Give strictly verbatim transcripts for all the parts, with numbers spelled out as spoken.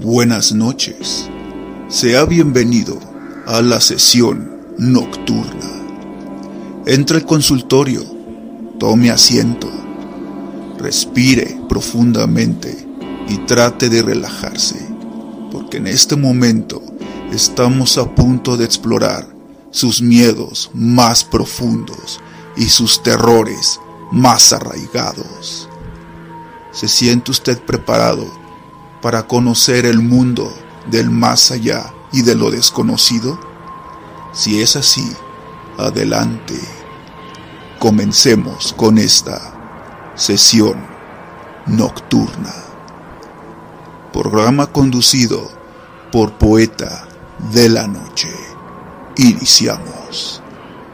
Buenas noches. Sea bienvenido a la sesión nocturna. Entre al consultorio, tome asiento, respire profundamente y trate de relajarse, porque en este momento estamos a punto de explorar sus miedos más profundos y sus terrores más arraigados. ¿Se siente usted preparado para conocer el mundo del más allá y de lo desconocido? Si es así, adelante. Comencemos con esta sesión nocturna. Programa conducido por Poeta de la Noche. Iniciamos.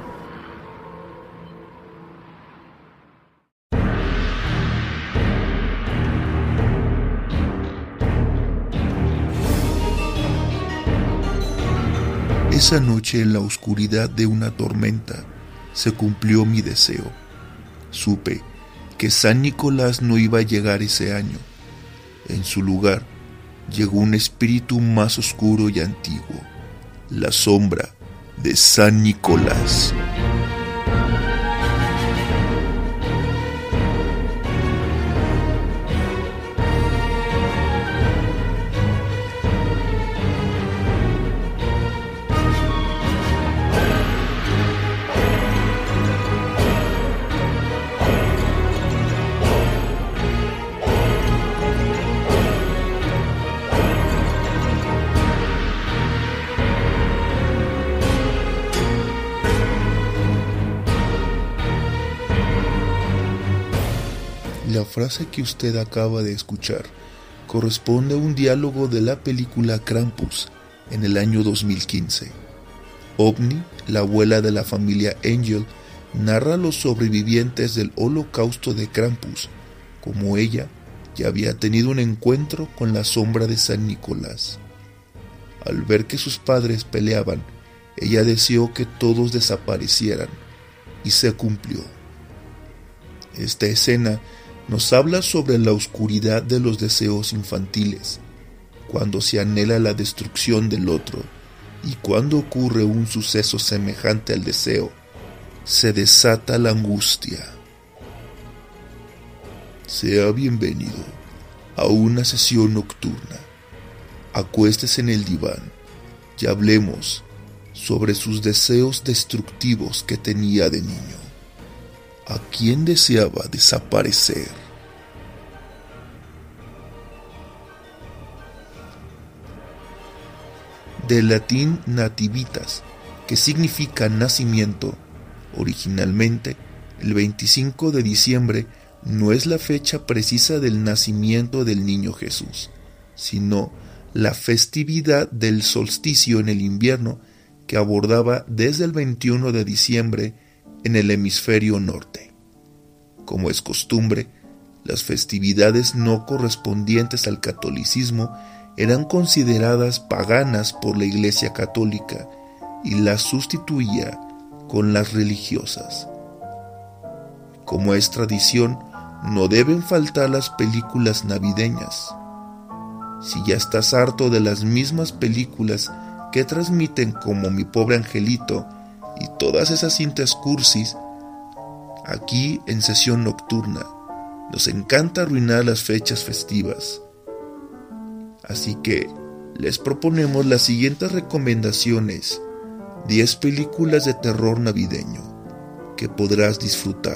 Esa noche, en la oscuridad de una tormenta, se cumplió mi deseo. Supe que San Nicolás no iba a llegar ese año. En su lugar, llegó un espíritu más oscuro y antiguo, la sombra de San Nicolás. La frase que usted acaba de escuchar corresponde a un diálogo de la película Krampus en el año dos mil quince. Ovni, la abuela de la familia Angel, narra a los sobrevivientes del holocausto de Krampus como ella ya había tenido un encuentro con la sombra de San Nicolás. Al ver que sus padres peleaban, ella deseó que todos desaparecieran, y se cumplió. Esta escena nos habla sobre la oscuridad de los deseos infantiles, cuando se anhela la destrucción del otro, y cuando ocurre un suceso semejante al deseo, se desata la angustia. Sea bienvenido a una sesión nocturna. Acuéstese en el diván y hablemos sobre sus deseos destructivos que tenía de niño. ¿A quién deseaba desaparecer? Del latín nativitas, que significa nacimiento, originalmente el veinticinco de diciembre no es la fecha precisa del nacimiento del niño Jesús, sino la festividad del solsticio en el invierno que abordaba desde el veintiuno de diciembre en el hemisferio norte. Como es costumbre, las festividades no correspondientes al catolicismo eran consideradas paganas por la Iglesia Católica y las sustituía con las religiosas. Como es tradición, no deben faltar las películas navideñas. Si ya estás harto de las mismas películas que transmiten como Mi Pobre Angelito y todas esas cintas cursis, aquí en Sesión Nocturna nos encanta arruinar las fechas festivas. Así que les proponemos las siguientes recomendaciones: diez películas de terror navideño que podrás disfrutar.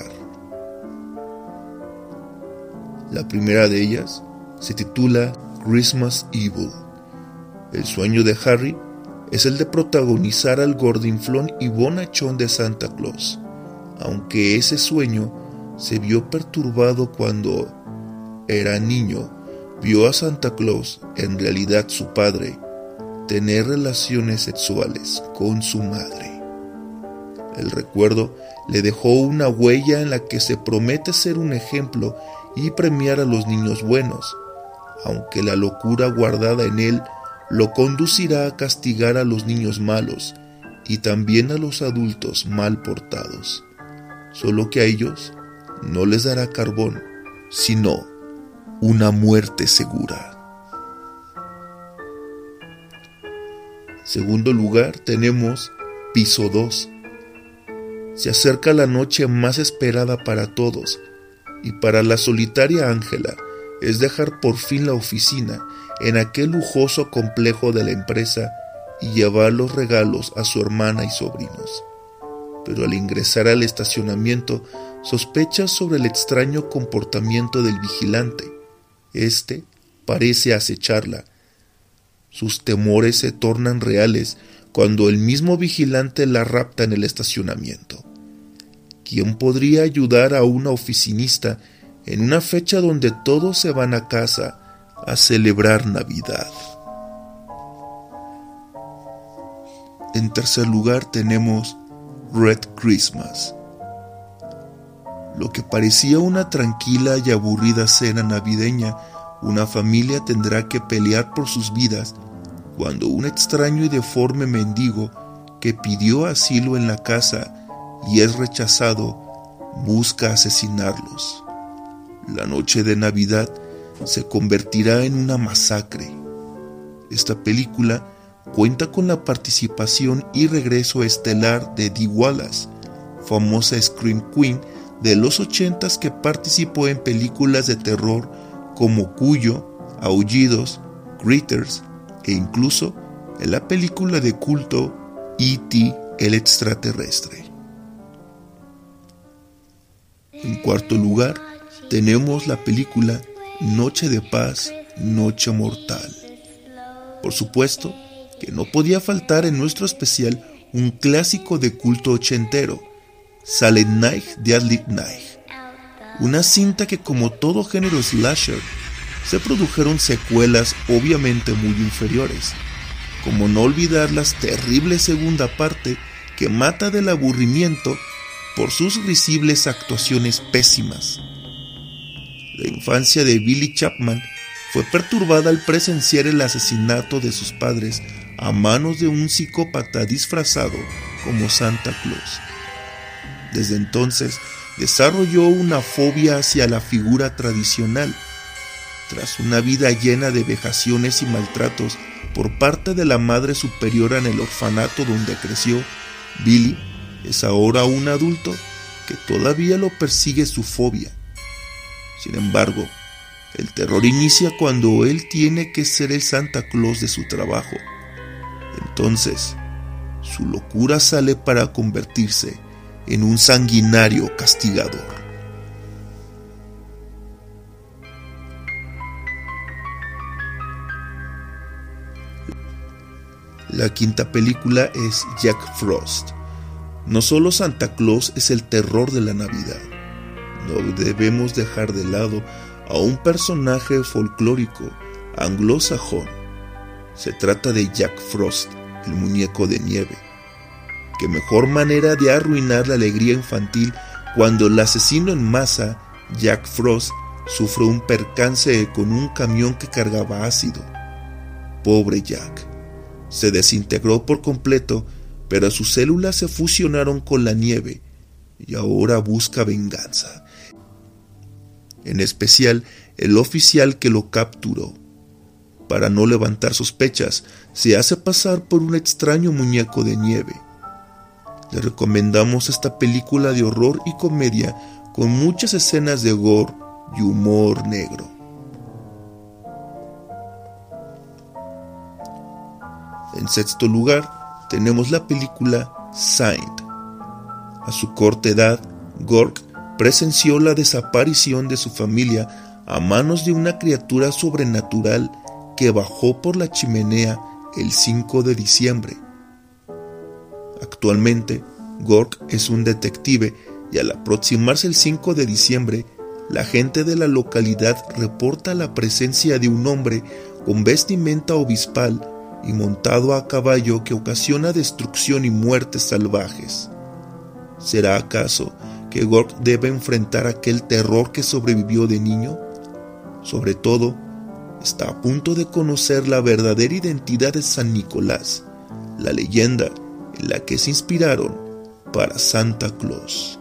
La primera de ellas se titula Christmas Evil. El sueño de Harry es el de protagonizar al gordinflón y bonachón de Santa Claus, aunque ese sueño se vio perturbado cuando era niño, vio a Santa Claus, en realidad su padre, tener relaciones sexuales con su madre. El recuerdo le dejó una huella en la que se promete ser un ejemplo y premiar a los niños buenos, aunque la locura guardada en él lo conducirá a castigar a los niños malos y también a los adultos mal portados, solo que a ellos no les dará carbón, sino una muerte segura. Segundo lugar tenemos Piso dos. Se acerca la noche más esperada para todos, y para la solitaria Ángela es dejar por fin la oficina en aquel lujoso complejo de la empresa y llevar los regalos a su hermana y sobrinos. Pero al ingresar al estacionamiento sospecha sobre el extraño comportamiento del vigilante. Este parece acecharla. Sus temores se tornan reales cuando el mismo vigilante la rapta en el estacionamiento. ¿Quién podría ayudar a una oficinista en una fecha donde todos se van a casa a celebrar Navidad? En tercer lugar tenemos Red Christmas. Lo que parecía una tranquila y aburrida cena navideña, una familia tendrá que pelear por sus vidas cuando un extraño y deforme mendigo que pidió asilo en la casa y es rechazado busca asesinarlos. La noche de Navidad se convertirá en una masacre. Esta película cuenta con la participación y regreso estelar de Dee Wallace, famosa Scream Queen de los ochentas que participó en películas de terror como Cuyo, Aullidos, Critters e incluso en la película de culto E T el extraterrestre. En cuarto lugar tenemos la película Noche de Paz, Noche Mortal. Por supuesto que no podía faltar en nuestro especial un clásico de culto ochentero, Silent Night, Deadly Night, una cinta que, como todo género slasher, se produjeron secuelas obviamente muy inferiores, como no olvidar la terrible segunda parte que mata del aburrimiento por sus risibles actuaciones pésimas. La infancia de Billy Chapman fue perturbada al presenciar el asesinato de sus padres a manos de un psicópata disfrazado como Santa Claus. Desde entonces desarrolló una fobia hacia la figura tradicional. Tras una vida llena de vejaciones y maltratos por parte de la madre superiora en el orfanato donde creció, Billy es ahora un adulto que todavía lo persigue su fobia. Sin embargo, el terror inicia cuando él tiene que ser el Santa Claus de su trabajo. Entonces, su locura sale para convertirse en un sanguinario castigador. La quinta película es Jack Frost. No solo Santa Claus es el terror de la Navidad, no debemos dejar de lado a un personaje folclórico anglosajón. Se trata de Jack Frost, el muñeco de nieve. Qué mejor manera de arruinar la alegría infantil cuando el asesino en masa, Jack Frost, sufre un percance con un camión que cargaba ácido. Pobre Jack. Se desintegró por completo, pero sus células se fusionaron con la nieve y ahora busca venganza. En especial el oficial que lo capturó. Para no levantar sospechas, se hace pasar por un extraño muñeco de nieve. Le recomendamos esta película de horror y comedia con muchas escenas de gore y humor negro. En sexto lugar, tenemos la película Saint. A su corta edad, Gork presenció la desaparición de su familia a manos de una criatura sobrenatural que bajó por la chimenea el cinco de diciembre. Actualmente, Gork es un detective y al aproximarse el cinco de diciembre, la gente de la localidad reporta la presencia de un hombre con vestimenta obispal y montado a caballo que ocasiona destrucción y muertes salvajes. ¿Será acaso que Gork debe enfrentar aquel terror que sobrevivió de niño? Sobre todo, está a punto de conocer la verdadera identidad de San Nicolás, la leyenda en la que se inspiraron para Santa Claus.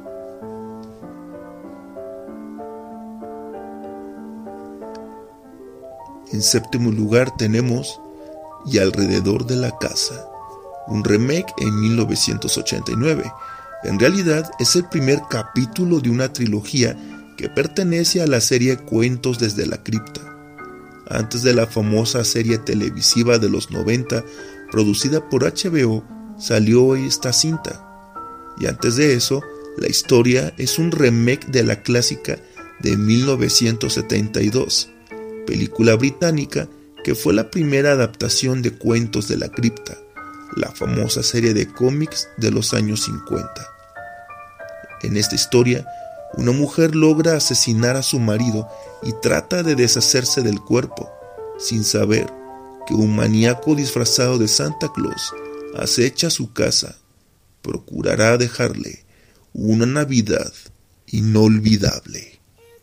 En séptimo lugar tenemos Y alrededor de la casa. un remake en mil novecientos ochenta y nueve. En realidad es el primer capítulo de una trilogía que pertenece a la serie Cuentos desde la Cripta. Antes de la famosa serie televisiva de los noventa, producida por H B O, salió esta cinta. Y antes de eso, la historia es un remake de la clásica de mil novecientos setenta y dos, película británica que fue la primera adaptación de Cuentos de la Cripta, la famosa serie de cómics de los años cincuenta. En esta historia, una mujer logra asesinar a su marido y trata de deshacerse del cuerpo, sin saber que un maníaco disfrazado de Santa Claus acecha su casa. Procurará dejarle una Navidad inolvidable.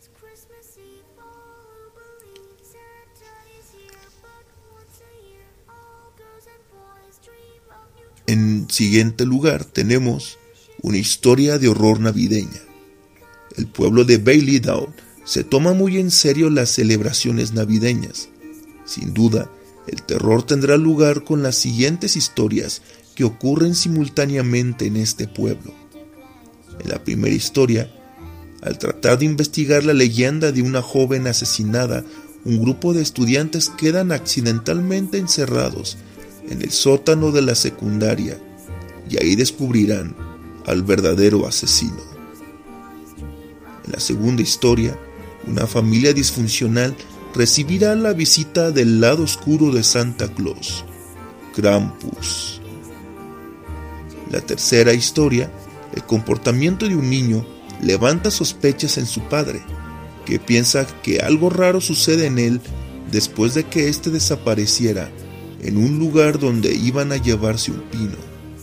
En siguiente lugar tenemos una historia de horror navideña. El pueblo de Bailey Down se toma muy en serio las celebraciones navideñas. Sin duda, el terror tendrá lugar con las siguientes historias que ocurren simultáneamente en este pueblo. En la primera historia, al tratar de investigar la leyenda de una joven asesinada, un grupo de estudiantes quedan accidentalmente encerrados en el sótano de la secundaria y ahí descubrirán al verdadero asesino. En la segunda historia, una familia disfuncional recibirá la visita del lado oscuro de Santa Claus, Krampus. La tercera historia, el comportamiento de un niño levanta sospechas en su padre, que piensa que algo raro sucede en él después de que éste desapareciera en un lugar donde iban a llevarse un pino.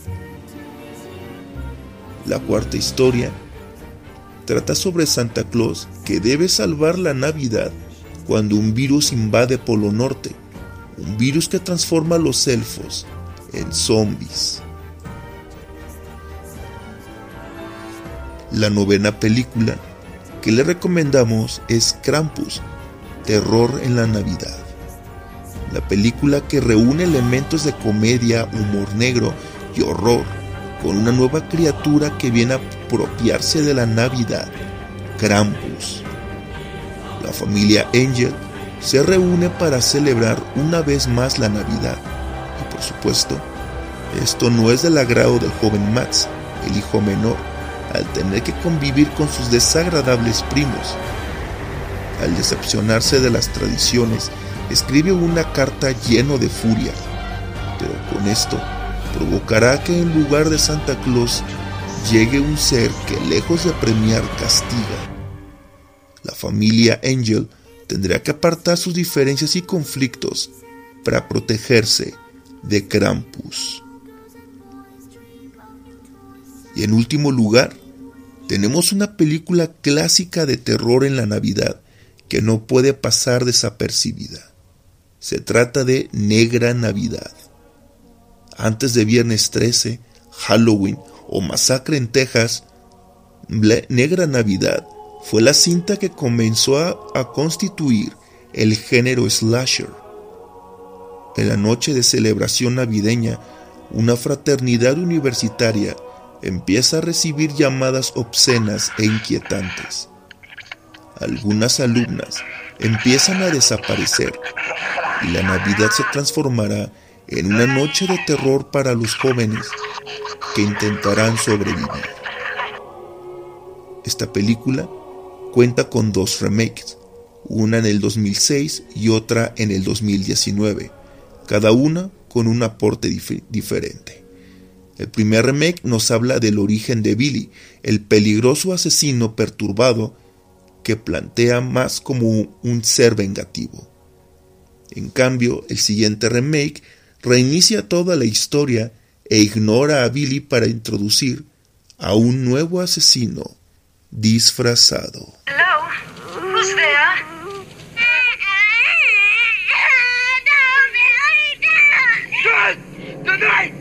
La cuarta historia trata sobre Santa Claus que debe salvar la Navidad cuando un virus invade Polo Norte, un virus que transforma a los elfos en zombies. La novena película que le recomendamos es Krampus, Terror en la Navidad. La película que reúne elementos de comedia, humor negro y horror con una nueva criatura que viene a apropiarse de la Navidad, Krampus. La familia Angel se reúne para celebrar una vez más la Navidad y, por supuesto, esto no es del agrado del joven Max, el hijo menor, al tener que convivir con sus desagradables primos. Al decepcionarse de las tradiciones, escribe una carta lleno de furia, pero con esto provocará que en lugar de Santa Claus llegue un ser que, lejos de premiar, castiga. La familia Angel tendrá que apartar sus diferencias y conflictos para protegerse de Krampus. Y en último lugar, tenemos una película clásica de terror en la Navidad que no puede pasar desapercibida. Se trata de Negra Navidad. Antes de Viernes trece, Halloween o Masacre en Texas, Negra Navidad fue la cinta que comenzó a, a constituir el género slasher. En la noche de celebración navideña, una fraternidad universitaria empieza a recibir llamadas obscenas e inquietantes. Algunas alumnas empiezan a desaparecer y la Navidad se transformará en una noche de terror para los jóvenes que intentarán sobrevivir. Esta película cuenta con dos remakes, una en el dos mil seis y otra en el dos mil diecinueve, cada una con un aporte dif- diferente. El primer remake nos habla del origen de Billy, el peligroso asesino perturbado que plantea más como un ser vengativo. En cambio, el siguiente remake reinicia toda la historia e ignora a Billy para introducir a un nuevo asesino disfrazado. Hello? Who's there? Tonight!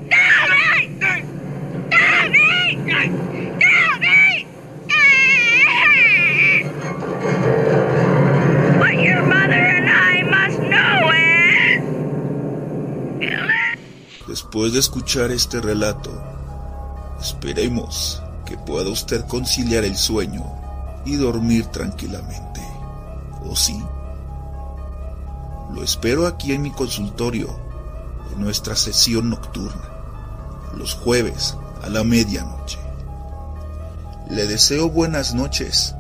What your mother and I must know is... Después de escuchar este relato, esperemos que pueda usted conciliar el sueño y dormir tranquilamente. ¿O sí? Lo espero aquí en mi consultorio, en nuestra sesión nocturna, los jueves a la medianoche. Le deseo buenas noches.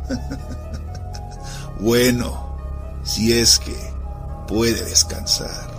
Bueno, si es que puede descansar.